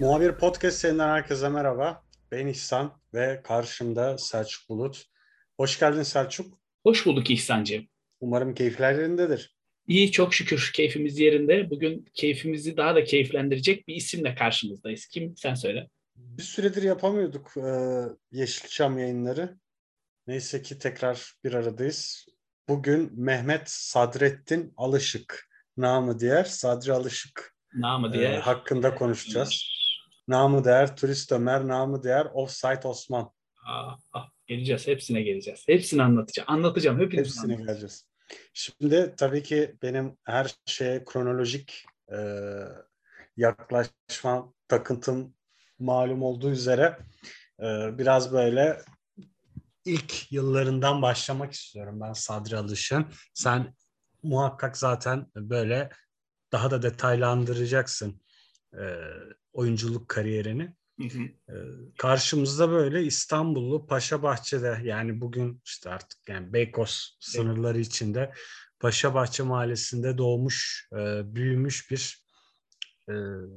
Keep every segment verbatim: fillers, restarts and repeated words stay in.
Muhabir Podcast serinden herkese merhaba. Ben İhsan ve karşımda Selçuk Bulut. Hoş geldin Selçuk. Hoş bulduk İhsan'cığım. Umarım keyifler yerindedir. İyi, çok şükür keyfimiz yerinde. Bugün keyfimizi daha da keyiflendirecek bir isimle karşınızdayız. Kim? Sen söyle. Bir süredir yapamıyorduk e, Yeşilçam yayınları. Neyse ki tekrar bir aradayız. Bugün Mehmet Sadrettin Alışık, namı diğer Sadri Alışık Namı e, diğer hakkında Ömer. konuşacağız. Namı değer Turist Ömer, namı değer Offsite Osman. Aa, ah, geleceğiz, hepsine geleceğiz. Hepsini anlatacağım. Anlatacağım, hepinizi Hepsine anlatacağım. geleceğiz. Şimdi tabii ki benim her şeye kronolojik e, yaklaşma takıntım malum olduğu üzere e, biraz böyle ilk yıllarından başlamak istiyorum ben Sadri Alış'ın. Sen muhakkak zaten böyle daha da detaylandıracaksın e, oyunculuk kariyerini. Hı hı. E, Karşımızda böyle İstanbullu Paşabahçe'de, yani bugün işte artık yani Beykoz Peki. sınırları içinde Paşabahçe Mahallesi'nde doğmuş, e, büyümüş bir e,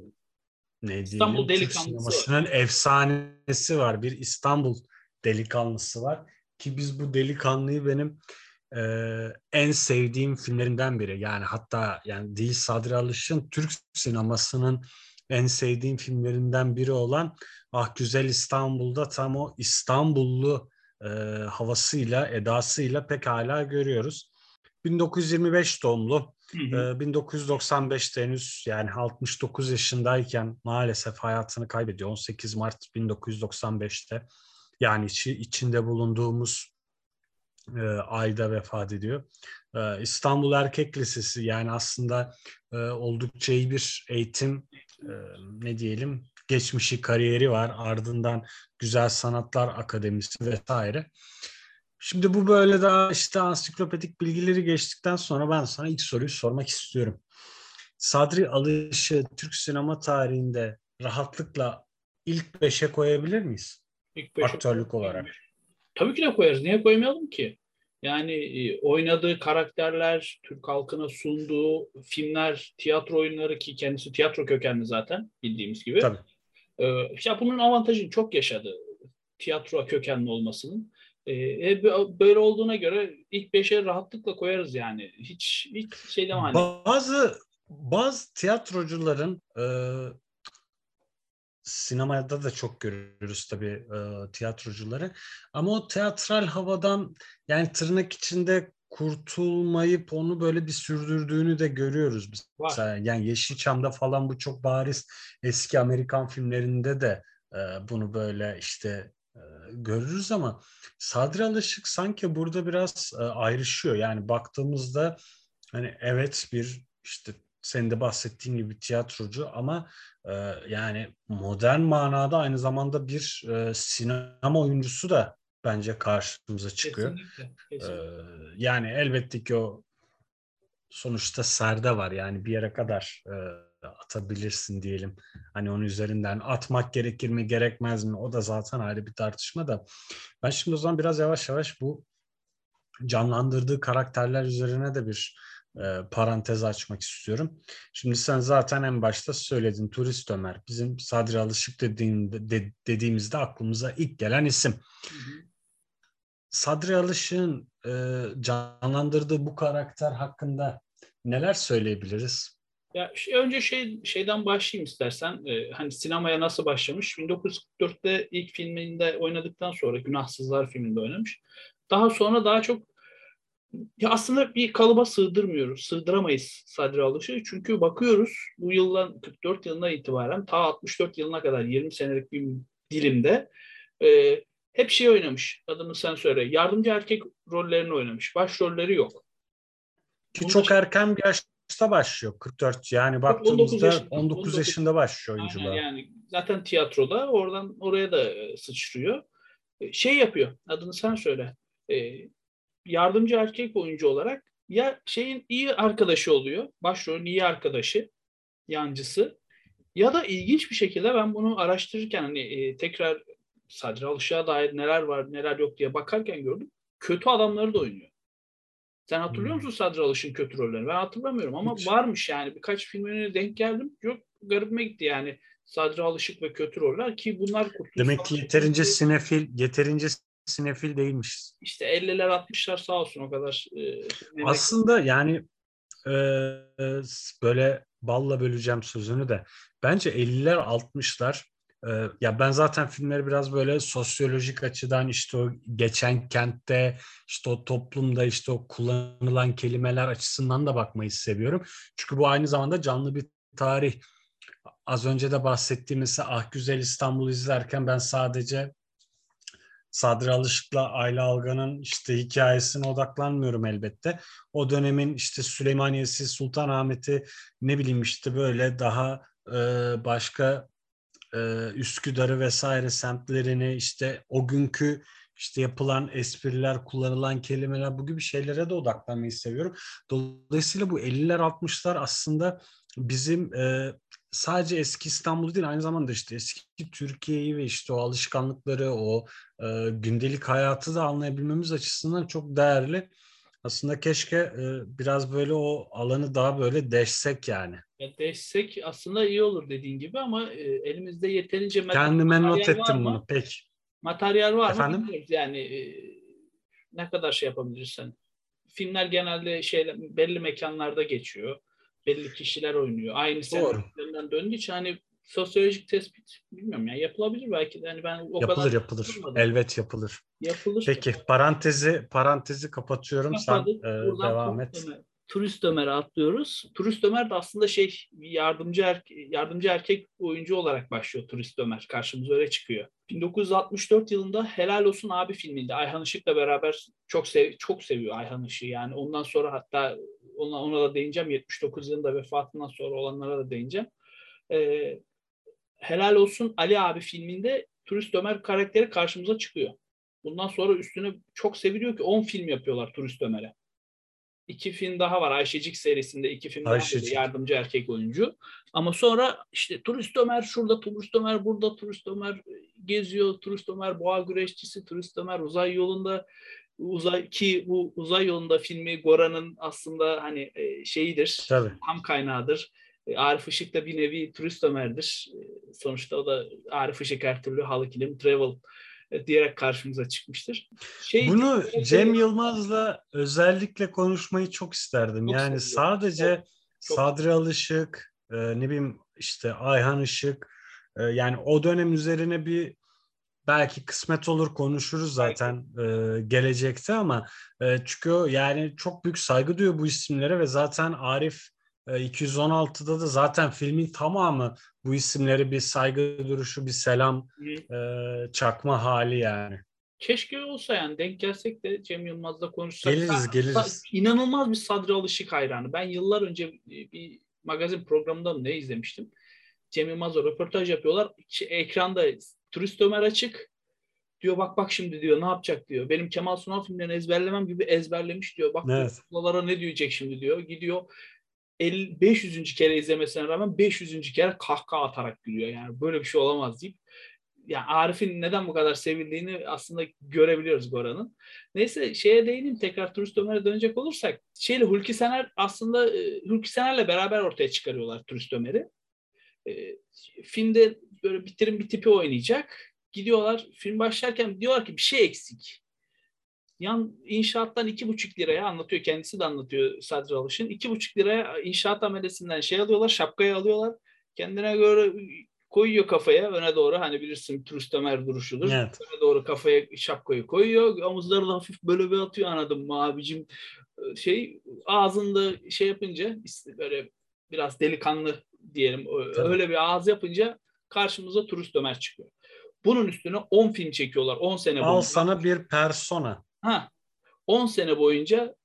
ne İstanbul diyelim Türk delikanlısı var. sinemasının efsanesi var. Bir İstanbul delikanlısı var ki biz bu delikanlıyı benim e, en sevdiğim filmlerinden biri. Yani hatta yani değil Sadri Alış'ın Türk sinemasının en sevdiğim filmlerinden biri olan Ah Güzel İstanbul'da tam o İstanbullu e, havasıyla, edasıyla pekala görüyoruz. bin dokuz yüz yirmi beş doğumlu. Hı hı. Ee, bin dokuz yüz doksan beşte henüz yani altmış dokuz yaşındayken maalesef hayatını kaybediyor. on sekiz Mart bin dokuz yüz doksan beşte yani içi, içinde bulunduğumuz e, ayda vefat ediyor. E, İstanbul Erkek Lisesi, yani aslında e, oldukça iyi bir eğitim, e, ne diyelim, geçmişi, kariyeri var. Ardından Güzel Sanatlar Akademisi vesaire. Şimdi bu böyle daha işte ansiklopedik bilgileri geçtikten sonra ben sana ilk soruyu sormak istiyorum. Sadri Alış'ı Türk sinema tarihinde rahatlıkla ilk beşe koyabilir miyiz? İlk beşe Aktörlük koyalım olarak. mı? Tabii ki de koyarız. Niye koymayalım ki? Yani e, oynadığı karakterler, Türk halkına sunduğu filmler, tiyatro oyunları ki kendisi tiyatro kökenli zaten bildiğimiz gibi. Tabii. Ee, ya bunun avantajını çok yaşadı tiyatro kökenli olmasının. Ee, e, böyle olduğuna göre ilk beşe rahatlıkla koyarız yani. Hiç hiç şey deme hani. Bazı bazı tiyatrocuların, e, sinemada da çok görürüz tabii e, tiyatrocuları. Ama o teatral havadan, yani tırnak içinde kurtulmayıp onu böyle bir sürdürdüğünü de görüyoruz biz. Var. Mesela yani Yeşilçam'da falan bu çok bariz. Eski Amerikan filmlerinde de e, bunu böyle işte e, görürüz ama Sadri Alışık sanki burada biraz e, ayrışıyor. Yani baktığımızda hani evet, bir işte senin de bahsettiğin gibi tiyatrocu ama ee, yani modern manada aynı zamanda bir e, sinema oyuncusu da bence karşımıza çıkıyor. Kesinlikle. Ee, Kesinlikle. Yani elbette ki o sonuçta serde var, yani bir yere kadar e, atabilirsin diyelim. Hani onun üzerinden atmak gerekir mi gerekmez mi, o da zaten ayrı bir tartışma da. Ben şimdi o zaman biraz yavaş yavaş bu canlandırdığı karakterler üzerine de bir e, parantez açmak istiyorum. Şimdi sen zaten en başta söyledin, Turist Ömer. Bizim Sadri Alışık dediğinde, de, dediğimizde aklımıza ilk gelen isim. Hı hı. Sadri Alışık'ın e, canlandırdığı bu karakter hakkında neler söyleyebiliriz? Ya şey, önce şey şeyden başlayayım istersen. Ee, hani sinemaya nasıl başlamış? bin dokuz yüz kırk dörtte ilk filminde oynadıktan sonra Günahsızlar filminde oynamış. Daha sonra daha çok ya aslında bir kalıba sığdırmıyoruz, sığdıramayız Sadri Alış'ı. Çünkü bakıyoruz bu yıldan kırk dört yılına itibaren ta altmış dört yılına kadar yirmi senelik bir dilimde e, hep şey oynamış. Adını sen söyle. Yardımcı erkek rollerini oynamış. Başrolleri yok. Ki Bunda çok şey, erken bir yaşta başlıyor, kırk dört, yani on dokuz baktığımızda yaşında. on dokuz on dokuz. yaşında başlıyor Aynen oyunculuğa. yani zaten tiyatroda oradan oraya da e, sıçrıyor. E, şey yapıyor. Adını sen söyle. E, Yardımcı erkek oyuncu olarak ya şeyin iyi arkadaşı oluyor. Başrolün iyi arkadaşı, yancısı. Ya da ilginç bir şekilde ben bunu araştırırken hani e, tekrar Sadri Alışık'a dair neler var neler yok diye bakarken gördüm. Kötü adamları da oynuyor. Sen hatırlıyor musun Hmm. Sadri Alışık'ın kötü rollerini? Ben hatırlamıyorum ama Hiç. varmış yani. Birkaç filmine denk geldim. Çok garibime gitti yani. Sadri Alışık ve kötü roller ki bunlar Kurtuluş Demek ki Savaşı yeterince filmleri sinefil, yeterince sinefil değilmişiz. işte elliler altmışlar sağ olsun o kadar e, memleket. Aslında yani e, böyle balla böleceğim sözünü de. Bence elliler altmışlar e, ya ben zaten filmleri biraz böyle sosyolojik açıdan işte o geçen kentte işte o toplumda işte o kullanılan kelimeler açısından da bakmayı seviyorum. Çünkü bu aynı zamanda canlı bir tarih. Az önce de bahsettiğimiz Ah Güzel İstanbul'u izlerken ben sadece Sadri Alışık'la Ayla Algan'ın işte hikayesine odaklanmıyorum elbette. O dönemin işte Süleymaniye'si, Sultanahmet'i ne bileyim işte böyle daha e, başka e, Üsküdar'ı vesaire semtlerini işte o günkü işte yapılan espriler, kullanılan kelimeler bu gibi şeylere de odaklanmayı seviyorum. Dolayısıyla bu elliler altmışlar aslında bizim e, sadece eski İstanbul'u değil aynı zamanda işte eski Türkiye'yi ve işte o alışkanlıkları, o e, gündelik hayatı da anlayabilmemiz açısından çok değerli. Aslında keşke e, biraz böyle o alanı daha böyle deşsek yani. Ya destek aslında iyi olur dediğin gibi ama e, elimizde yeterince mat- Kendime not materyal var ettim mı? bunu. Peki. Materyal var mı Efendim? bilmiyoruz. Yani e, ne kadar şey yapabilirsen. Filmler genelde şeyler, belli mekanlarda geçiyor. Belli kişiler oynuyor. Aynı Doğru. senaryolarından döndüğü için hani sosyolojik tespit bilmiyorum ya yapılabilir belki de. Hani ben o kadar Yapılır yapılır. yapılmadım. Elbet yapılır. Yapılır. Peki parantezi parantezi kapatıyorum. Sen Kapadık. e, Buradan devam Turist et. Ömer. Turist Ömer'e atlıyoruz. Turist Ömer de aslında şey bir yardımcı erke yardımcı erkek oyuncu olarak başlıyor Turist Ömer. Karşımıza öyle çıkıyor. bin dokuz yüz altmış dört yılında Helal Olsun Abi filminde Ayhan Işık'la beraber çok sev çok seviyor Ayhan Işık'ı. Yani ondan sonra hatta ona, ona da değineceğim. yetmiş dokuz yılında vefatından sonra olanlara da değineceğim. Ee, Helal Olsun Ali Abi filminde Turist Ömer karakteri karşımıza çıkıyor. Bundan sonra üstüne çok seviliyor ki on film yapıyorlar Turist Ömer'e. İki film daha var. Ayşecik serisinde iki film daha var. Ayşecik. Yardımcı erkek oyuncu. Ama sonra işte Turist Ömer şurada, Turist Ömer burada, Turist Ömer geziyor, Turist Ömer boğa güreşçisi, Turist Ömer uzay yolunda uzay ki bu uzay yolunda filmi Gora'nın aslında hani e, şeyidir, Tabii. tam kaynağıdır. E, Arif Işık da bir nevi Turist Ömer'dir. E, sonuçta o da Arif Işık her türlü Halı Kilim Travel e, diyerek karşımıza çıkmıştır. Şey Bunu karakteri Cem Yılmaz'la özellikle konuşmayı çok isterdim. çok Yani seviyorum. sadece Çok, çok Sadri Alışık, e, ne bileyim işte Ayhan Işık, e, yani o dönem üzerine bir belki kısmet olur konuşuruz belki. zaten e, gelecekte ama e, çünkü o yani çok büyük saygı duyuyor bu isimlere ve zaten Arif e, iki yüz on altıda da zaten filmin tamamı bu isimleri bir saygı duruşu, bir selam Hı. e, çakma hali yani. Keşke olsa yani denk gelsek de Cem Yılmaz'la konuşsak. Geliriz Ben, sa- geliriz. inanılmaz bir Sadri Alışık hayranı. Ben yıllar önce bir magazin programında mı ne izlemiştim. Cem Yılmaz'la röportaj yapıyorlar. Ç- Ekranda Turist Ömer açık. Diyor bak bak şimdi diyor ne yapacak diyor. Benim Kemal Sunal filmlerini ezberlemem gibi ezberlemiş diyor. Bak diyor Evet. buralara ne diyecek şimdi diyor. Gidiyor elli, beş yüzüncü kere izlemesine rağmen beş yüzüncü kere kahkaha atarak gülüyor. Yani böyle bir şey olamaz deyip yani Arif'in neden bu kadar sevildiğini aslında görebiliyoruz Goran'ın. Neyse şeye değineyim tekrar Turist Ömer'e dönecek olursak. Şeyle Hulki Sener aslında e, Hulki Sener'le beraber ortaya çıkarıyorlar Turist Ömer'i. E, filmde böyle bitirim bir tipi oynayacak. Gidiyorlar film başlarken diyorlar ki bir şey eksik. Yan inşaattan iki buçuk liraya anlatıyor kendisi de anlatıyor Sadri Alış'ın. iki buçuk liraya inşaat amelesinden şey alıyorlar şapkayı alıyorlar. Kendine göre koyuyor kafaya öne doğru hani bilirsin turist Ömer duruşudur. Evet. Öne doğru kafaya şapkayı koyuyor. Omuzları da hafif böyle bir atıyor anladın mı abicim. Şey ağzında şey yapınca böyle biraz delikanlı diyelim Tabii. öyle bir ağız yapınca karşımıza turist Ömer çıkıyor. Bunun üstüne on film çekiyorlar on sene Al boyunca. sana bir persona. Ha, on sene boyunca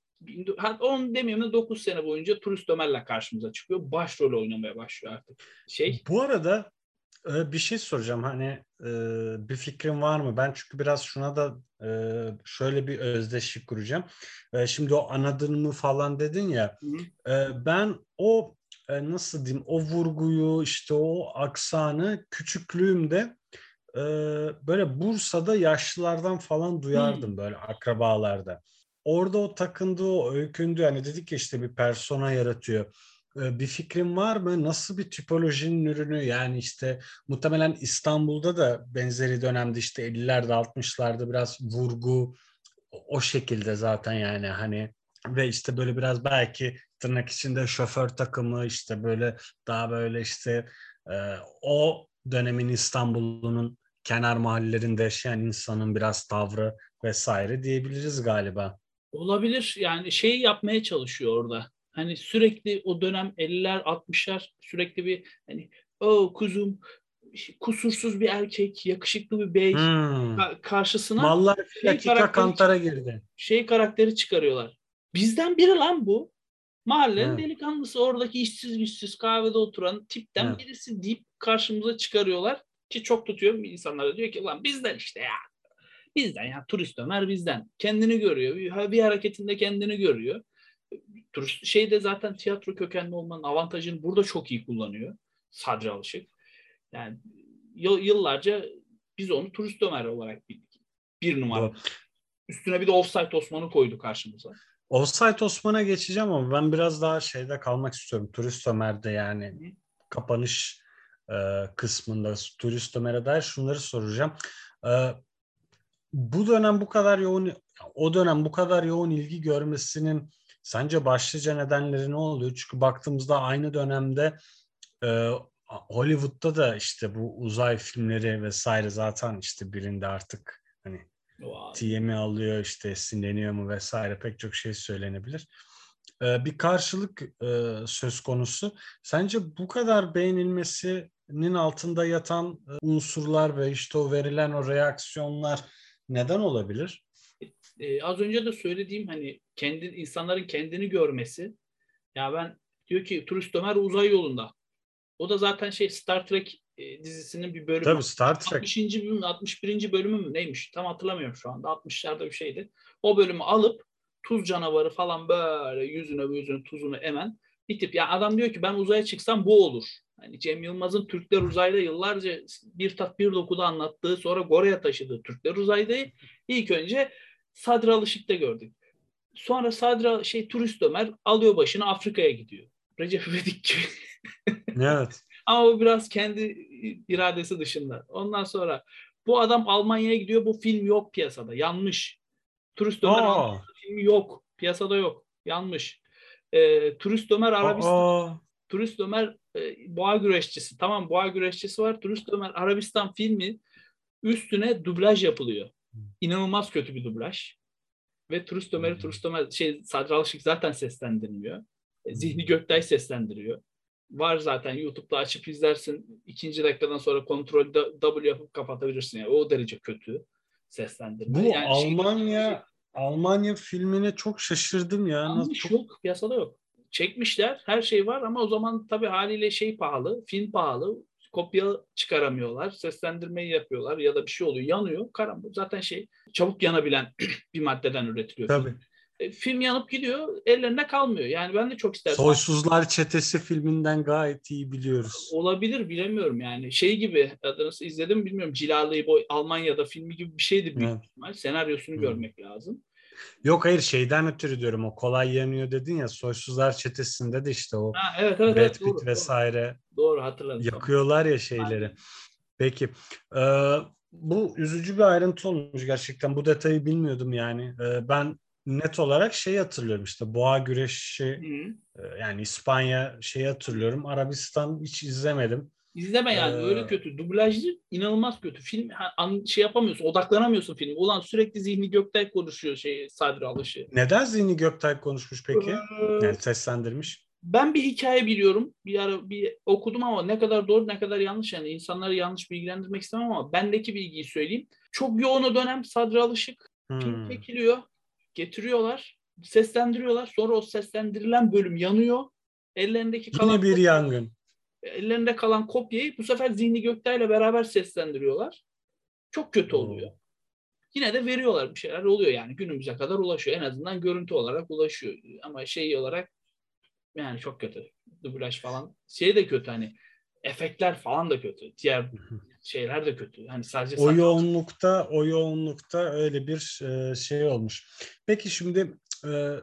on demeyeyim de dokuz sene boyunca Turist Ömer'le karşımıza çıkıyor. Başrol oynamaya başlıyor artık. Şey Bu arada e, bir şey soracağım. Hani e, bir fikrin var mı? Ben çünkü biraz şuna da e, şöyle bir özdeşlik kuracağım. E, şimdi o anladın mı falan dedin ya. hı, E, ben o e, nasıl diyeyim o vurguyu işte o aksanı küçüklüğümde e, böyle Bursa'da yaşlılardan falan hı, duyardım böyle akrabalarda. Orada o takındığı, o öykündü. Hani dedik ya işte bir persona yaratıyor. e, bir fikrin var mı? Nasıl bir tipolojinin ürünü? Yani işte muhtemelen İstanbul'da da benzeri dönemde işte ellilerde altmışlarda biraz vurgu o o şekilde zaten yani hani ve işte böyle biraz belki tırnak içinde şoför takımı işte böyle daha böyle işte e, o dönemin İstanbul'unun kenar mahallelerinde yaşayan insanın biraz tavrı vesaire diyebiliriz galiba. Olabilir. Yani şey yapmaya çalışıyor orada. Hani sürekli o dönem elliler altmışlar sürekli bir hani o kuzum kusursuz bir erkek, yakışıklı bir bey Hmm. ka- karşısına Mallar iki şey dakika karakteri kantara çık- girdi. şey karakteri çıkarıyorlar. Bizden biri lan bu. Mahallenin Evet, delikanlısı oradaki işsiz güçsüz kahvede oturan tipten evet. birisi deyip karşımıza çıkarıyorlar ki çok tutuyor. İnsanlar da diyor ki lan bizden işte ya. Bizden ya turist Ömer bizden. Kendini görüyor. Bir, bir hareketinde kendini görüyor. Turist şeyde zaten tiyatro kökenli olmanın avantajını burada çok iyi kullanıyor. Sadri Alışık. Yani yıllarca biz onu turist Ömer olarak bildik. Bir numara. Doğru. Üstüne bir de Offside Osman'ı koydu karşımıza. Offside Osman'a geçeceğim ama ben biraz daha şeyde kalmak istiyorum. Turist Ömer'de yani Hı. kapanış e, kısmında Turist Ömer'e dair şunları soracağım. E, Bu dönem bu kadar yoğun, o dönem bu kadar yoğun ilgi görmesinin sence başlıca nedenleri ne oluyor? Çünkü baktığımızda aynı dönemde e, Hollywood'da da işte bu uzay filmleri vesaire zaten işte birinde artık hani Vay. T M'i alıyor işte sinirleniyor mu vesaire pek çok şey söylenebilir. E, bir karşılık e, söz konusu. Sence bu kadar beğenilmesinin altında yatan e, unsurlar ve işte o verilen o reaksiyonlar neden olabilir? Ee, az önce de söylediğim hani kendi insanların kendini görmesi. Ya ben diyor ki turist Ömer uzay yolunda. O da zaten şey Star Trek e, dizisinin bir bölümü. Tabii Star Trek. altmışıncı bölüm, altmış birinci bölümü mü neymiş? Tam hatırlamıyorum şu anda. altmışlarda bir şeydi. O bölümü alıp tuz canavarı falan böyle yüzüne yüzüne tuzunu emen bir tip. Yani adam diyor ki ben uzaya çıksam bu olur. Hani Cem Yılmaz'ın Türkler Uzayda yıllarca bir tat bir dokuda anlattığı sonra Gore'ye taşıdığı Türkler Uzayda'yı ilk önce Sadri Alışık'ta gördük. Sonra Sadri şey turist Ömer alıyor başını Afrika'ya gidiyor. Recep İvedik gibi. Evet. Ama o biraz kendi iradesi dışında. Ondan sonra bu adam Almanya'ya gidiyor. Bu film yok piyasada. Yanlış. Turist Ömer Aa, Almanya filmi yok. Piyasada yok. Yanlış. Ee, Turist Ömer Arabistan. aa, Turist Ömer e, boğa güreşçisi. Tamam boğa güreşçisi var. Turist Ömer Arabistan filmi üstüne dublaj yapılıyor. İnanılmaz kötü bir dublaj. Ve Turist Ömer'i Turist Ömer şey Sadri Alışık zaten seslendirmiyor. E, Zihni Göktay seslendiriyor. Var zaten YouTube'da açıp izlersin. İkinci dakikadan sonra kontrol W yapıp kapatabilirsin. Yani o derece kötü seslendirme. bu Yani şey Almanya Almanya filmine çok şaşırdım ya. Nasıl yanlış çok yok. Piyasada yok. Çekmişler. Her şey var ama o zaman tabii haliyle şey pahalı. Film pahalı. Kopya çıkaramıyorlar. Seslendirmeyi yapıyorlar ya da bir şey oluyor. Yanıyor. Karambol. Zaten şey çabuk yanabilen bir maddeden üretiliyor film. tabii. E, film yanıp gidiyor. Ellerinde kalmıyor. Yani ben de çok isterdim. Soysuzlar Çetesi filminden gayet iyi biliyoruz. Olabilir bilemiyorum yani. Şey gibi adını izledim bilmiyorum. Cilalı Boy Almanya'da filmi gibi bir şeydi büyük Evet. ihtimal. Senaryosunu Hmm. görmek lazım. Yok hayır şeyden ötürü diyorum o kolay yanıyor dedin ya Soysuzlar Çetesi'nde de işte o Ha, evet evet Brad evet Pitt doğru doğru. vesaire Doğru hatırladım tamam. yakıyorlar ya şeyleri. Aynen. Peki. Ee, bu üzücü bir ayrıntı olmuş gerçekten. Bu detayı bilmiyordum yani. Ee, ben net olarak şey hatırlıyorum işte boğa güreşi Hı. e, yani İspanya şeyi hatırlıyorum. Arabistan hiç izlemedim. İzleme Ee, yani öyle kötü. Dublajlı inanılmaz kötü. Film ha, an, şey yapamıyorsun, odaklanamıyorsun film. Ulan sürekli Zihni Göktay konuşuyor şey Sadri Alışık. neden Zihni Göktay konuşmuş peki? Yani Ee, seslendirmiş. Ben bir hikaye biliyorum. Bir ara bir okudum ama ne kadar doğru ne kadar yanlış yani insanları yanlış bilgilendirmek istemem ama bendeki bilgiyi söyleyeyim. Çok yoğun o dönem Sadri Alışık film Hmm. çekiliyor. Getiriyorlar. Seslendiriyorlar. Sonra o seslendirilen bölüm yanıyor. Ellerindeki kalan Yine bir yangın. ellerinde kalan kopyayı bu sefer Zihni Göktaş'la beraber seslendiriyorlar. Çok kötü oluyor. Oo. Yine de veriyorlar bir şeyler oluyor yani günümüze kadar ulaşıyor. En azından görüntü olarak ulaşıyor. Ama şey olarak yani çok kötü. Dublaj falan. Şey de kötü hani efektler falan da kötü. Diğer şeyler de kötü. Hani sadece O sadece yoğunlukta, o yoğunlukta öyle bir e, şey olmuş. Peki şimdi e,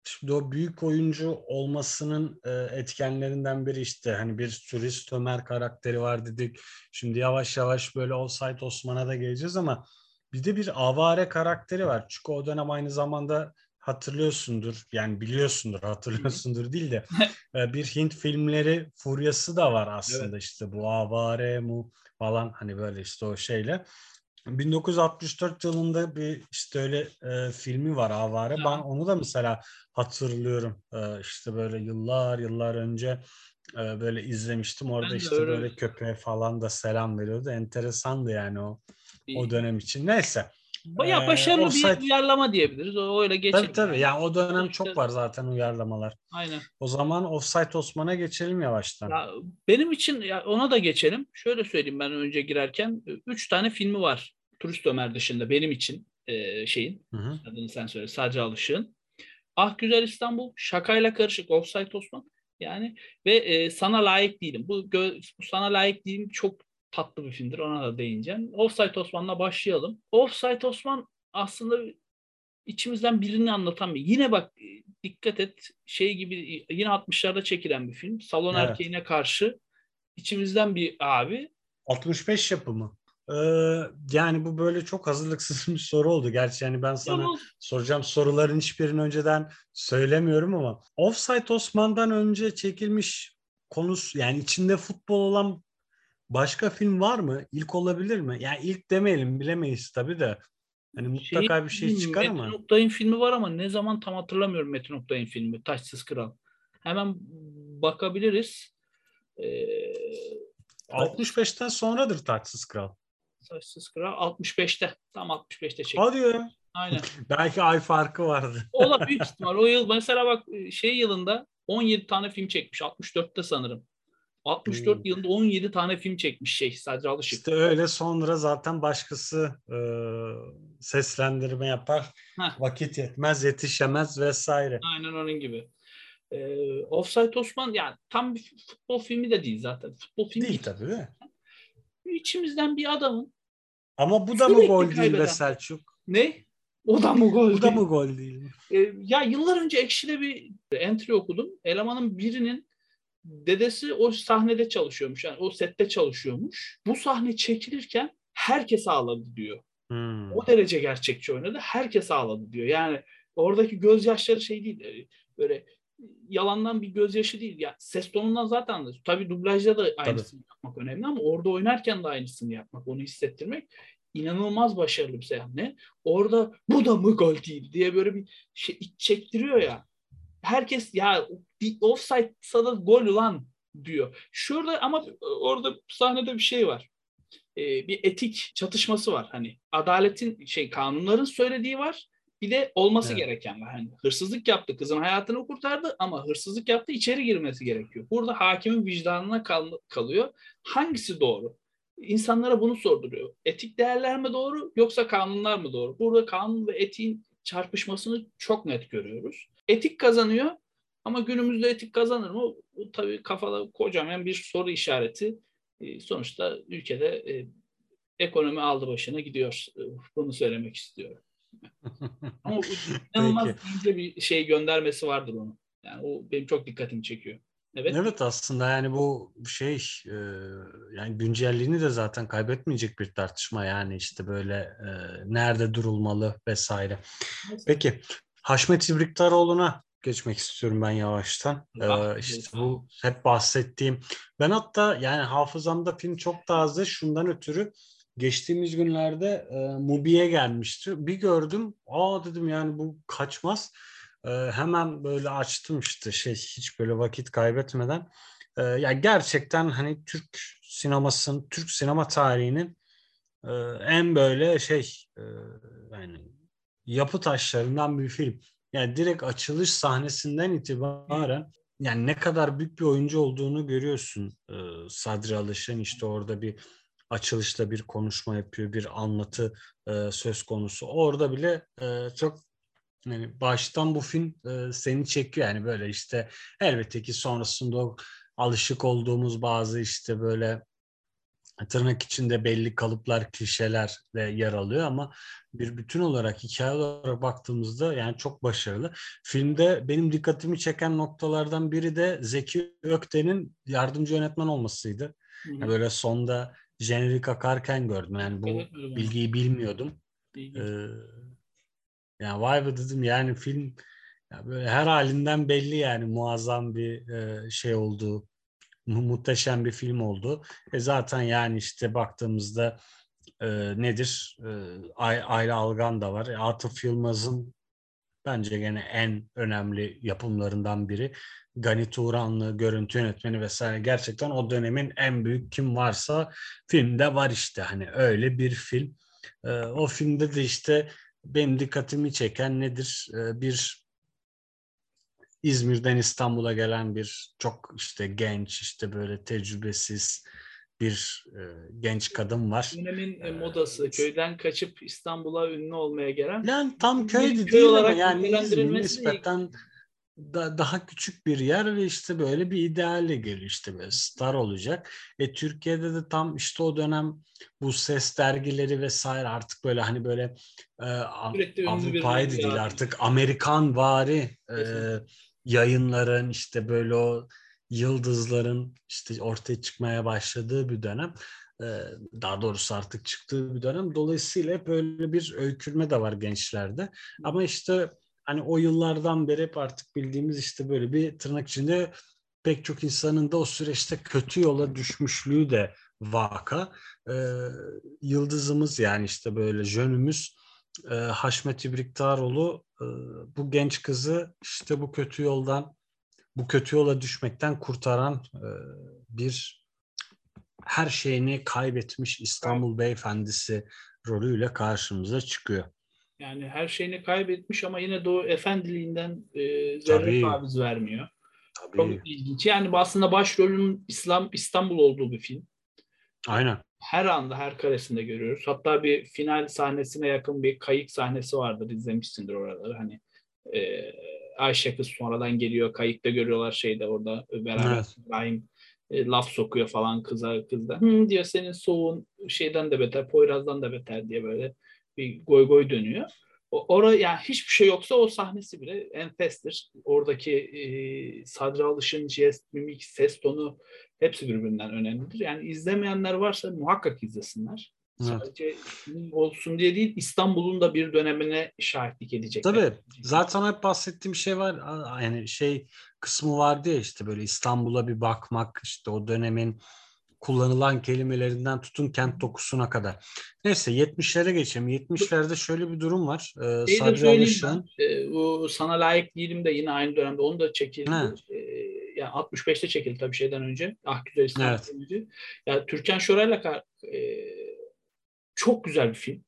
Şimdi o büyük oyuncu olmasının e, etkenlerinden biri işte hani bir turist Ömer karakteri var dedik. Şimdi yavaş yavaş böyle Offside Osman'a da geleceğiz ama bir de bir avare karakteri var. Çünkü o dönem aynı zamanda hatırlıyorsundur yani biliyorsundur hatırlıyorsundur değil de e, bir Hint filmleri furyası da var Evet. aslında işte bu avare mu falan hani böyle işte o şeyle. bin dokuz yüz altmış dört yılında bir işte öyle e, filmi var Avare. Ben Aha. onu da mesela hatırlıyorum. E, işte böyle yıllar yıllar önce e, böyle izlemiştim. Orada Ben de işte öyle böyle köpeğe falan da selam veriyordu. Enteresandı yani o o bir, dönem için. Neyse. bayağı E, başarılı bir Offside uyarlama diyebiliriz. O öyle tabii geçelim tabii. yani. Yani o dönem Sonuçta çok var zaten uyarlamalar. aynen. O zaman Offside Osman'a geçelim yavaştan. Ya benim için ya ona da geçelim. Şöyle söyleyeyim ben önce girerken. Üç tane filmi var. Turist Ömer dışında benim için e, şeyin. Hı hı. Adını sen söyle. Sadece Alışık'ın. Ah Güzel İstanbul, Şakayla Karışık, Offside Osman. Yani ve e, Sana Layık Değilim. Bu, gö- bu Sana Layık Değilim çok tatlı bir filmdir. Ona da değineceğim. Offside Osman'la başlayalım. Offside Osman aslında içimizden birini anlatan bir. Yine bak e, dikkat et şey gibi yine altmışlarda çekilen bir film. Salon Evet. erkeğine karşı içimizden bir abi. altmış beş yapımı. Ee, yani bu böyle çok hazırlıksız bir soru oldu. Gerçi yani ben Ya sana bu soracağım soruların hiçbirini önceden söylemiyorum ama Offside Osman'dan önce çekilmiş konusu yani içinde futbol olan başka film var mı? İlk olabilir mi? Yani ilk demeyelim bilemeyiz tabii de. Hani şeyin mutlaka bir şey çıkar Metin ama. Oktay'ın filmi var ama ne zaman tam hatırlamıyorum Metin Oktay'ın filmi. Taçsız Kral. Hemen bakabiliriz. Ee, Taç, altmış beşten sonradır Taçsız Kral. Taçsız Kral altmış beşte. Tam altmış beşte çekti. Hadi ya. Aynen. Belki ay farkı vardı. O da büyük ihtimal. O yıl mesela bak şey yılında on yedi tane film çekmiş. altmış dörtte sanırım. altmış dört yılında on yedi tane film çekmiş şey Sadri Alışık. İşte öyle sonra zaten başkası e, seslendirme yapar. Heh, Vakit yetmez, yetişemez vesaire. aynen onun gibi. Ee, Offside Osman yani tam bir futbol filmi de değil zaten. Futbol filmi Değil gibi. tabii de. İçimizden bir adamın Ama bu da mı sürekli gol değil be kaybeden. Selçuk? Ne? O da mı gol Bu da değil? mı gol değil mi? Ee, ya yıllar önce Ekşi'de bir entry okudum. Elemanın birinin dedesi o sahnede çalışıyormuş. Yani o sette çalışıyormuş. Bu sahne çekilirken herkes ağladı diyor. O Hmm. derece gerçekçi oynadı. Herkes ağladı diyor. Yani oradaki gözyaşları şey değil. e, Böyle yalandan bir gözyaşı değil. Ya ses tonundan zaten anlıyorsun. Tabii dublajda da Tabii. aynısını yapmak önemli ama orada oynarken de aynısını yapmak, onu hissettirmek inanılmaz başarılı bir sahne. Orada bu da mı gol değil diye böyle bir şey iç çektiriyor ya. Herkes ya bir offside'sa da gol ulan diyor. Şurada ama orada sahnede bir şey var, e, bir etik çatışması var. Hani adaletin şey kanunların söylediği var. Bir de olması Evet. gereken var. Hani hırsızlık yaptı, kızın hayatını kurtardı ama hırsızlık yaptı, içeri girmesi gerekiyor. Burada hakimin vicdanına kal- kalıyor. Hangisi doğru? İnsanlara bunu sorduruyor. Etik değerler mi doğru yoksa kanunlar mı doğru? Burada kanun ve etiğin çarpışmasını çok net görüyoruz. Etik kazanıyor ama günümüzde etik kazanır mı? Bu tabii kafada kocaman bir soru işareti. E, sonuçta ülkede e, ekonomi aldı başına gidiyor. E, bunu söylemek istiyorum. Ama inanılmaz Peki. ince bir şey göndermesi vardır onun. Yani o benim çok dikkatimi çekiyor. Evet. Evet aslında yani bu şey e, yani güncelliğini de zaten kaybetmeyecek bir tartışma yani işte böyle e, nerede durulmalı vesaire. Neyse. Peki Haşmet İbriktaroğlu'na geçmek istiyorum ben yavaştan. Ah, E, güzel işte İstanbul. bu hep bahsettiğim ben hatta yani hafızamda film çok taze şundan ötürü geçtiğimiz günlerde e, Mubi'ye gelmişti. Bir gördüm aa dedim yani bu kaçmaz. Ee, hemen böyle açtım işte şey hiç böyle vakit kaybetmeden. Ee, ya gerçekten hani Türk sinemasının, Türk sinema tarihinin e, en böyle şey e, yani yapı taşlarından bir film. Yani direkt açılış sahnesinden Hı. itibaren yani ne kadar büyük bir oyuncu olduğunu görüyorsun. Ee, Sadri Alış'ın işte orada bir açılışta bir konuşma yapıyor, bir anlatı e, söz konusu. Orada bile e, çok yani baştan bu film e, seni çekiyor yani böyle işte elbette ki sonrasında o alışık olduğumuz bazı işte böyle tırnak içinde belli kalıplar, klişeler de yer alıyor ama bir bütün olarak, hikaye olarak baktığımızda yani çok başarılı. Filmde benim dikkatimi çeken noktalardan biri de Zeki Ökten'in yardımcı yönetmen olmasıydı. Hı Yani hı. böyle sonda jenerik akarken gördüm. Yani Dikkat bu etmedim ona. bilgiyi bilmiyordum. Ee, İlginç. Yani vay be dedim, yani film ya böyle her halinden belli, yani muazzam bir e, şey olduğu, mu- muhteşem bir film oldu. E zaten yani işte baktığımızda e, nedir? E, Ay- Ayla Algan da var. E, Atıf Yılmaz'ın bence gene en önemli yapımlarından biri. Gani Turanlı görüntü yönetmeni vesaire. Gerçekten o dönemin en büyük kim varsa filmde var işte. Hani öyle bir film. E, o filmde de işte benim dikkatimi çeken nedir? E, bir İzmir'den İstanbul'a gelen bir çok işte genç, işte böyle tecrübesiz bir e, genç kadın var. Dönemin E, e, modası, köyden kaçıp İstanbul'a ünlü olmaya gelen, Yani tam İzmir'in köy köy değil ama olarak yani İzmir nitelendirilmesi de nispeten ilginç. da, daha küçük bir yer ve işte böyle bir idealle geliyor, işte böyle star olacak. E, Türkiye'de de tam işte o dönem bu ses dergileri vesaire artık böyle hani böyle e, Av- Sürekli ünlü Avrupa'yı birileri da değil lazım. artık Amerikan vari e, Kesinlikle. yayınların, işte böyle o yıldızların işte ortaya çıkmaya başladığı bir dönem. E, Daha doğrusu artık çıktığı bir dönem. Dolayısıyla hep öyle bir öykürme de var gençlerde. Ama işte hani o yıllardan beri hep artık bildiğimiz işte böyle bir tırnak içinde pek çok insanın da o süreçte kötü yola düşmüşlüğü de vaka. Ee, Yıldızımız yani işte böyle jönümüz e, Haşmet İbriktaroğlu e, bu genç kızı işte bu kötü yoldan, bu kötü yola düşmekten kurtaran e, bir her şeyini kaybetmiş İstanbul beyefendisi rolüyle karşımıza çıkıyor. Yani her şeyini kaybetmiş ama yine de o efendiliğinden e, zerre Tabii, taviz vermiyor. Çok tabii. ilginç. Yani bu aslında başrolün İslam İstanbul olduğu bir film. Aynen. Her anda her karesinde görüyoruz. Hatta bir final sahnesine yakın bir kayık sahnesi vardır. İzlemişsindir oraları. Hani e, Ayşe kız sonradan geliyor. Kayıkta görüyorlar şeyde orada beraber. Evet. İbrahim e, laf sokuyor falan kıza kızda. Hı, diyor senin soğuğun şeyden de beter, Poyraz'dan da beter diye böyle bir goy goy dönüyor. O, orada yani hiçbir şey yoksa o sahnesi bile enfestir. Oradaki e, Sadri Alış'ın jest, mimik, ses tonu hepsi birbirinden önemlidir. Yani izlemeyenler varsa muhakkak izlesinler. Evet. Sadece film olsun diye değil, İstanbul'un da bir dönemine şahitlik edecekler. Tabii zaten hep bahsettiğim şey var. A- Yani şey kısmı vardı ya, işte böyle İstanbul'a bir bakmak, işte o dönemin kullanılan kelimelerinden tutun kent dokusuna kadar. Neyse yetmişlere geçelim. yetmişlerde şöyle bir durum var. Ee, Şeyi de Sadri söyleyeyim ben. Alışık'ın E, bu Sana Layık Değilim de yine aynı dönemde. Onu da çekildi. ne? E, yani altmış beşte çekildi tabii şeyden önce. Ah Güzel Evet. İstanbul'dan önce. Ya Türkan Şoray'la ka- e, çok güzel bir film.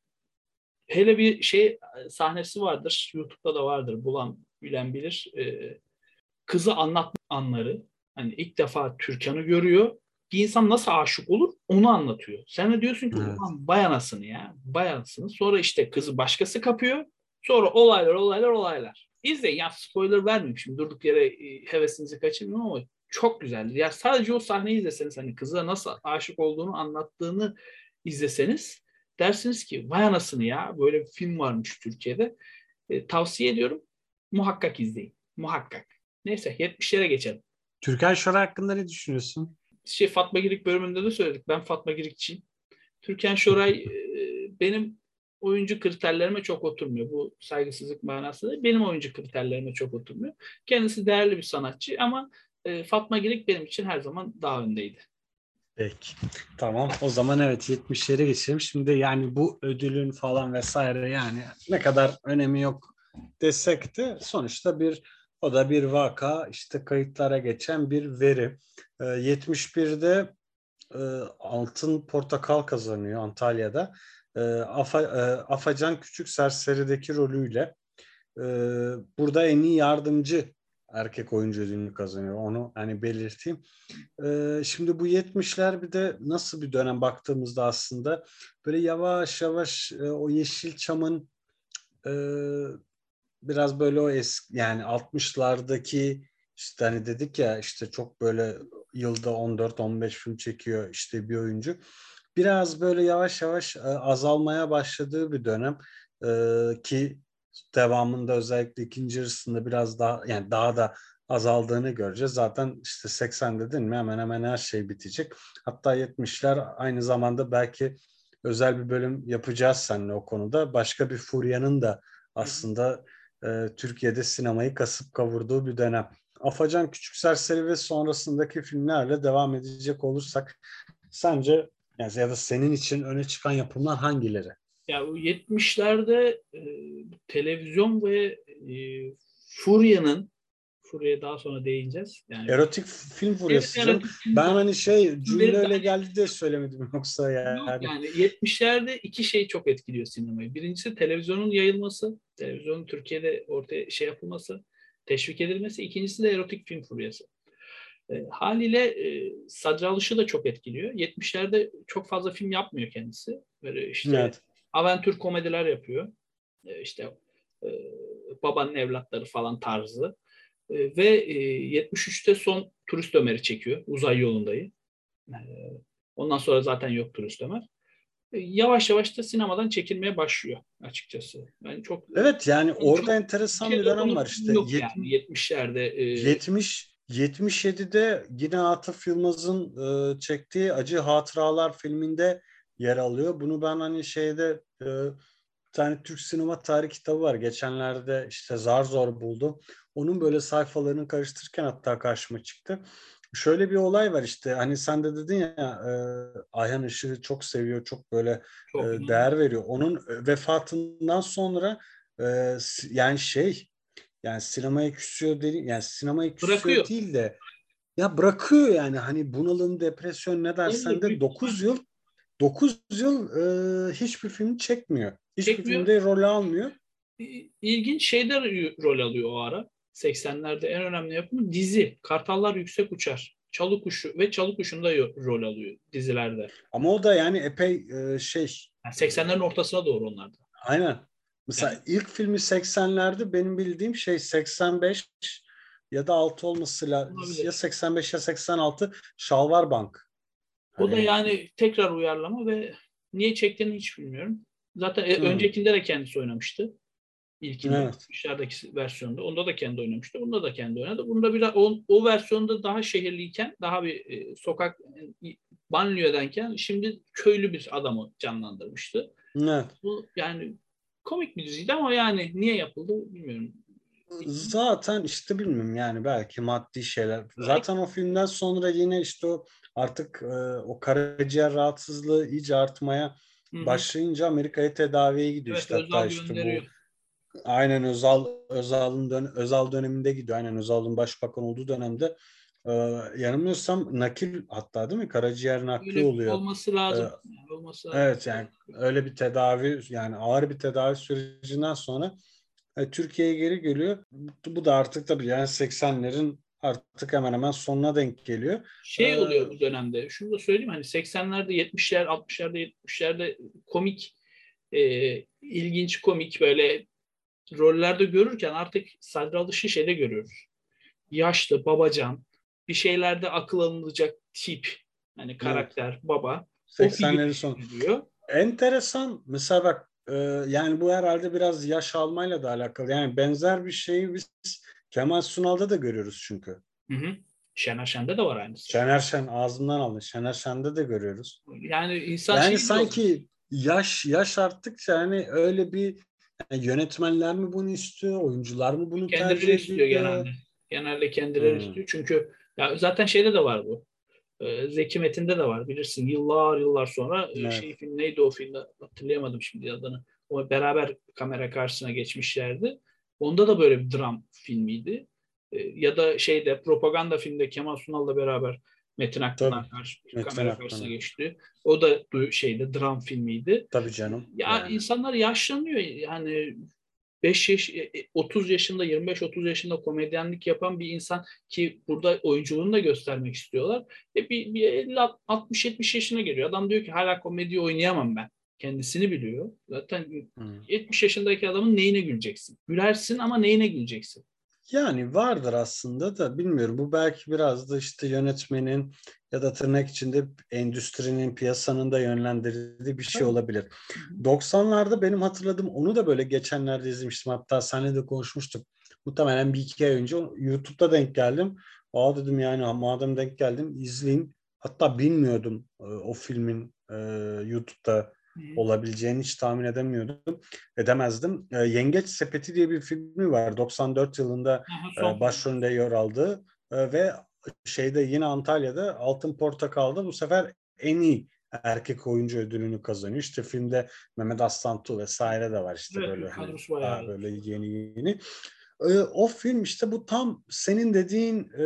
Hele bir şey sahnesi vardır. YouTube'da da vardır. Bulan bilen bilir. E, kızı anlatma anları. Hani ilk defa Türkan'ı görüyor. Bir insan nasıl aşık olur onu anlatıyor. Sen de diyorsun ki Evet. ulan bayanasını ya. Bayanasını. Sonra işte kızı başkası kapıyor. Sonra olaylar olaylar olaylar. İzleyin ya, spoiler vermeyeyim şimdi durduk yere e, hevesinizi kaçırmayın ama çok güzeldir. Ya sadece o sahneyi izleseniz, hani kıza nasıl aşık olduğunu anlattığını izleseniz dersiniz ki vay anasını ya, böyle bir film varmış Türkiye'de. E, tavsiye ediyorum. Muhakkak izleyin. Muhakkak. Neyse yetmişlere geçelim. Türkan Şoray hakkında ne düşünüyorsun? Şey Fatma Girik bölümünde de söyledik. Ben Fatma Girikçiyim. Türkan Şoray e, benim oyuncu kriterlerime çok oturmuyor. Bu saygısızlık manası değil. Benim oyuncu kriterlerime çok oturmuyor. Kendisi değerli bir sanatçı ama e, Fatma Girik benim için her zaman daha öndeydi. Peki. Tamam. O zaman evet yetmişlere geçelim. Şimdi yani bu ödülün falan vesaire yani ne kadar önemi yok desek de sonuçta bir, o da bir vaka, işte kayıtlara geçen bir veri. Ee, yetmiş birde e, Altın Portakal kazanıyor Antalya'da. E, Afa, e, Afacan Küçük Serseri'deki rolüyle. E, Burada en iyi yardımcı erkek oyuncu ödülünü kazanıyor. Onu hani belirteyim. Ee, şimdi bu yetmişler bir de nasıl bir dönem baktığımızda aslında böyle yavaş yavaş e, o Yeşilçam'ın e, biraz böyle o eski yani altmışlardaki işte hani dedik ya işte çok böyle yılda on dört on beş film çekiyor işte bir oyuncu. Biraz böyle yavaş yavaş e, azalmaya başladığı bir dönem e, ki devamında özellikle ikinci yarısında biraz daha yani daha da azaldığını göreceğiz. Zaten işte seksen dedin mi hemen hemen her şey bitecek. Hatta yetmişler aynı zamanda belki özel bir bölüm yapacağız seninle o konuda. Başka bir furyanın da aslında e, Türkiye'de sinemayı kasıp kavurduğu bir dönem. Afacan Küçük Serseri ve sonrasındaki filmlerle devam edecek olursak sence yani ya da senin için öne çıkan yapımlar hangileri? Ya bu yetmişlerde e, televizyon ve e, Furya'nın Furya'ya daha sonra değineceğiz. Yani Erotik film evet, furyası canım. erotik film Ben daha hani şey cümle beri öyle daha geldi de söylemedim yoksa yok yani. yani yetmişlerde iki şey çok etkiliyor sinemayı. Birincisi televizyonun yayılması, televizyonun Türkiye'de ortaya şey yapılması, teşvik edilmesi. İkincisi de erotik film furyası. E, haliyle e, Sadri Alış'ı da çok etkiliyor. yetmişlerde çok fazla film yapmıyor kendisi. Böyle işte Evet. aventür komediler yapıyor. E, işte e, Babanın Evlatları falan tarzı. E, ve e, yetmiş üçte son Turist Ömer'i çekiyor. Uzay Yolunda'yı. E, ondan sonra zaten yok Turist Ömer. E, yavaş yavaş da sinemadan çekilmeye başlıyor açıkçası. Yani çok Evet yani yani çok orada bir enteresan şey bir dönem dokunup var işte. yok yani yetmişlerde. E, yetmiş yetmiş yedide yine Atıf Yılmaz'ın e, çektiği Acı Hatıralar filminde yer alıyor. Bunu ben hani şeyde e, bir tane Türk sinema tarih kitabı var. Geçenlerde işte zar zor buldum. Onun böyle sayfalarını karıştırırken hatta karşıma çıktı. Şöyle bir olay var işte hani sen de dedin ya e, Ayhan Işık'ı çok seviyor, çok böyle e, çok değer veriyor. Onun vefatından sonra e, yani şey yani sinemaya küsüyor değil, yani sinemaya küsüyor bırakıyor. değil de ya bırakıyor yani hani bunalım, depresyon ne dersen Olabilir. de Büyük dokuz ihtimalle yıl dokuz yıl e, hiçbir film çekmiyor. Hiçbir çekmiyor. filmde rol almıyor. İlginç şeyler rol alıyor o ara. seksenlerde en önemli yapımı dizi. Kartallar Yüksek Uçar. Çalı Kuşu ve Çalı Kuşu'nda rol alıyor dizilerde. Ama o da yani epey e, şey Yani e, seksenlerin ortasına doğru onlarda. aynen. Yani Mesela ilk filmi seksenlerde benim bildiğim şey seksen beş ya da altı olması lazım. Ya olabilir. seksen beş ya seksen altı Şalvar Bank. O da Hani yani tekrar uyarlama ve niye çektiğini hiç bilmiyorum. Zaten e, hı, öncekinde de kendisi oynamıştı. İlkinde, evet. dışarıdaki versiyonda. Onda da kendi oynamıştı. Bunda da kendi oynadı. Bunda biraz o, o versiyonda daha şehirliyken, daha bir e, sokak e, banliyödenken şimdi köylü bir adamı canlandırmıştı. Evet. Bu yani komik bir diziydi ama yani niye yapıldı bilmiyorum. Zaten işte bilmiyorum yani belki maddi şeyler. Belki, Zaten o filmden sonra yine işte o artık e, o karaciğer rahatsızlığı iyice artmaya hı hı. başlayınca Amerika'ya tedaviye gidiyor Evet, işte hatta Özal işte gönderiyor. bu aynen Özal Özal'ın dön Özal döneminde gidiyor. Aynen Özal'ın başbakan olduğu dönemde e, yanılmıyorsam nakil hatta değil mi? Karaciğer nakli Öyle oluyor. olması E, lazım. Yani olması lazım. evet yani öyle bir tedavi yani ağır bir tedavi sürecinden sonra e, Türkiye'ye geri geliyor. Bu, bu da artık tabii yani seksenlerin artık hemen hemen sonuna denk geliyor. E, Şey oluyor bu dönemde. Şunu da söyleyeyim, hani seksenlerde, yetmişler, altmışlarda, yetmişlerde komik, e, ilginç komik böyle rollerde görürken artık Sadri Alış'ı şeyde görüyoruz. Yaşlı, babacan, bir şeylerde akıl alınacak tip, hani evet. karakter, baba. O seksenlerin figürü sonu. çiziyor. Enteresan. Mesela bak e, yani bu herhalde biraz yaş almayla da alakalı. Yani benzer bir şeyi biz Kemal Sunal'da da görüyoruz çünkü. Hı hı. Şener Şen'de de var aynısı. Şener Şen ağzından aldı. Şener Şen'de de görüyoruz. Yani insan Yani şey diyor. sanki yaş yaş arttıkça hani öyle bir yani yönetmenler mi bunu istiyor, oyuncular mı bunu Kendileri tercih istiyor ediyor? genelde. Genelde kendileri Hmm, istiyor. Çünkü ya zaten şeyde de var bu. Ee, Zeki Metin'de de var bilirsin. Yıllar yıllar sonra e, evet. şey film neydi o filmde hatırlayamadım şimdi adını. O beraber kamera karşısına geçmişlerdi. Onda da böyle bir dram filmiydi. Ee, ya da şeyde propaganda filmde Kemal Sunal'la beraber Metin Tabii. Akpınar karşı, Metin kamera karşısına Akpınar. geçti. O da du- şeyde dram filmiydi. Tabii canım Ya yani. insanlar yaşlanıyor yani beş yaş, e, e, otuz yaşında, yirmi beş otuz yaşında komedyenlik yapan bir insan ki burada oyunculuğunu da göstermek istiyorlar. E bir, bir elli altmış yetmiş yaşına geliyor. Adam diyor ki hala komedi oynayamam ben. Kendisini biliyor. Zaten Hmm. yetmiş yaşındaki adamın neyine güleceksin? Gülersin ama neyine güleceksin? Yani vardır aslında da bilmiyorum. Bu belki biraz da işte yönetmenin ya da tırnak içinde endüstrinin, piyasanın da yönlendirdiği bir şey Tabii. olabilir. Hı hı. doksanlarda benim hatırladığım, onu da böyle geçenlerde izlemiştim. Hatta seninle de konuşmuştuk. Muhtemelen bir iki ay önce YouTube'da denk geldim. Aa dedim, yani madem denk geldim izleyeyim. Hatta bilmiyordum e, o filmin e, YouTube'da Hı hı. olabileceğini hiç tahmin edemiyordum. Edemezdim. E, Yengeç Sepeti diye bir filmi var. doksan dört yılında Aha, son e, film. başrolünde yer aldı. E, ve şeyde yine Antalya'da Altın Portakal'da bu sefer en iyi erkek oyuncu ödülünü kazanıyor. İşte filmde Mehmet Aslantu vesaire de var, işte Evet, böyle Türk hani kadrosu bayağı daha iyi. böyle yeni yeni. E, o film işte bu tam senin dediğin e,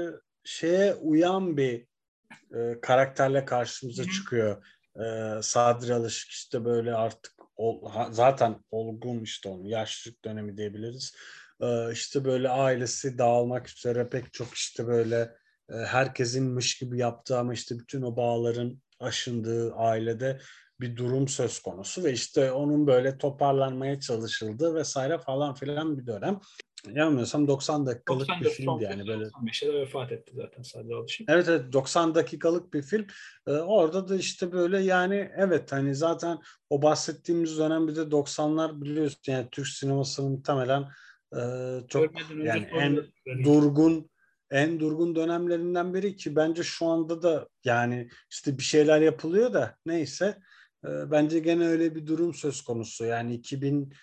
şeye uyan bir e, karakterle Hı karşımıza hı. çıkıyor. E, Sadri Alışık işte böyle artık ol- ha- zaten olgun, işte onun yaşlılık dönemi diyebiliriz. E, işte böyle ailesi dağılmak üzere, pek çok işte böyle e, herkesinmiş gibi yaptığı ama işte bütün o bağların aşındığı ailede bir durum söz konusu ve işte onun böyle toparlanmaya çalışıldığı vesaire falan filan bir dönem. Yanılmıyorsam doksan dakikalık bir doksan dört son filmdi, yani filmde böyle. doksan beşte de vefat etti zaten Sadri Alışık. Evet, evet, doksan dakikalık bir film. Ee, orada da işte böyle, yani evet, hani zaten o bahsettiğimiz dönem bir de doksanlar, biliyorsun yani Türk sinemasının muhtemelen e, çok Ölmeden önce yani son en gördükleri. durgun en durgun dönemlerinden biri, ki bence şu anda da yani işte bir şeyler yapılıyor da neyse. E, bence gene öyle bir durum söz konusu. Yani iki bin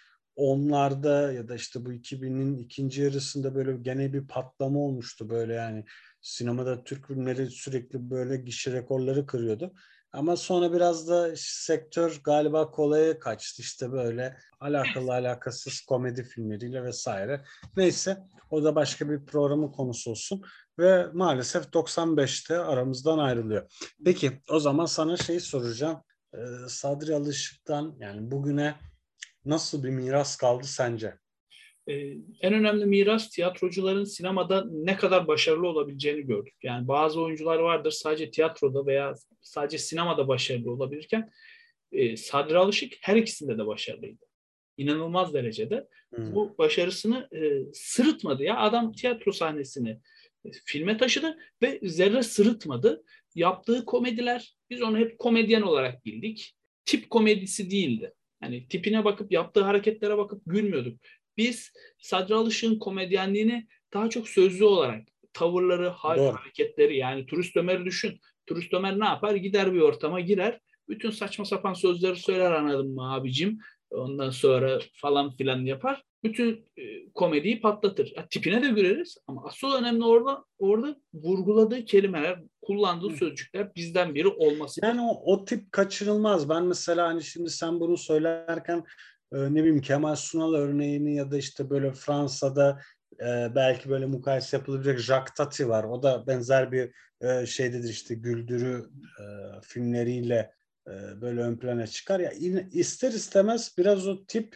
onlarda ya da işte bu iki binin ikinci yarısında böyle gene bir patlama olmuştu böyle, yani sinemada Türk filmleri sürekli böyle gişe rekorları kırıyordu. Ama sonra biraz da sektör galiba kolaya kaçtı, işte böyle alakalı alakasız komedi filmleriyle vesaire. Neyse, o da başka bir programın konusu olsun. Ve maalesef doksan beşte aramızdan ayrılıyor. Peki o zaman sana şey soracağım. Ee, Sadri Alışık'tan yani bugüne nasıl bir miras kaldı sence? Ee, en önemli miras tiyatrocuların sinemada ne kadar başarılı olabileceğini gördük. Yani bazı oyuncular vardır sadece tiyatroda veya sadece sinemada başarılı olabilirken e, Sadri Alışık her ikisinde de başarılıydı. İnanılmaz derecede. Hmm. Bu başarısını e, sırıtmadı ya. Adam tiyatro sahnesini e, filme taşıdı ve zerre sırıtmadı. Yaptığı komediler, biz onu hep komedyen olarak bildik. Tip komedisi değildi. Yani tipine bakıp yaptığı hareketlere bakıp gülmüyorduk. Biz Sadri Alışık'ın komedyenliğini daha çok sözlü olarak, tavırları, hal, Doğru. hareketleri, yani Turist Ömer'i düşün. Turist Ömer ne yapar? Gider bir ortama girer. Bütün saçma sapan sözleri söyler, anladın mı abicim? Ondan sonra falan filan yapar. Bütün e, komediyi patlatır. Ya, tipine de güleriz ama asıl önemli orada orada vurguladığı kelimeler, kullandığı sözcükler bizden biri olmasıdır. Yani o, o tip kaçırılmaz. Ben mesela hani şimdi sen bunu söylerken e, ne bileyim Kemal Sunal örneğini ya da işte böyle Fransa'da e, belki böyle mukayese yapılabilecek Jacques Tati var. O da benzer bir e, şeydedir, işte güldürü e, filmleriyle e, böyle ön plana çıkar. Ya in- ister istemez biraz o tip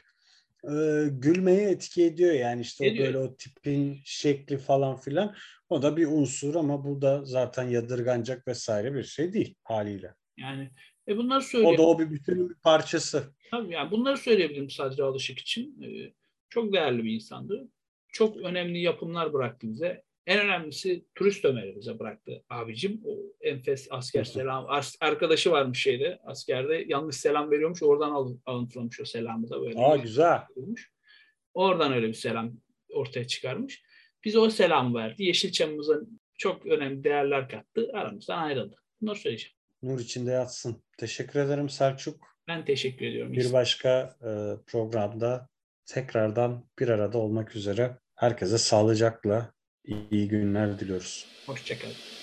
e, gülmeye etki ediyor, yani işte o Ediyor. böyle o tipin şekli falan filan, o da bir unsur ama bu da zaten yadırganacak vesaire bir şey değil haliyle. Yani e bunları O da söylüyorum. o bir bütünün bir parçası. Tabii yani bunları söyleyebilirim Sadri Alışık için. E, çok değerli bir insandı. Çok önemli yapımlar bıraktı bize. En önemlisi Turist Ömer'i bize bıraktı abicim. O enfes asker selam. As- arkadaşı varmış şeyde, askerde. Yanlış selam veriyormuş. Oradan al- alıntılamış o selamı da böyle. Aa, Yüz güzel. veriyormuş. Oradan öyle bir selam ortaya çıkarmış. Bize o selamı verdi. Yeşilçam'ımıza çok önemli değerler kattı. Aramızdan ayrıldı. Bunları söyleyeceğim. Nur içinde yatsın. Teşekkür ederim Selçuk. Ben teşekkür ediyorum. Bir başka e, programda tekrardan bir arada olmak üzere. Herkese sağlıcakla iyi günler diliyoruz. Hoşçakalın.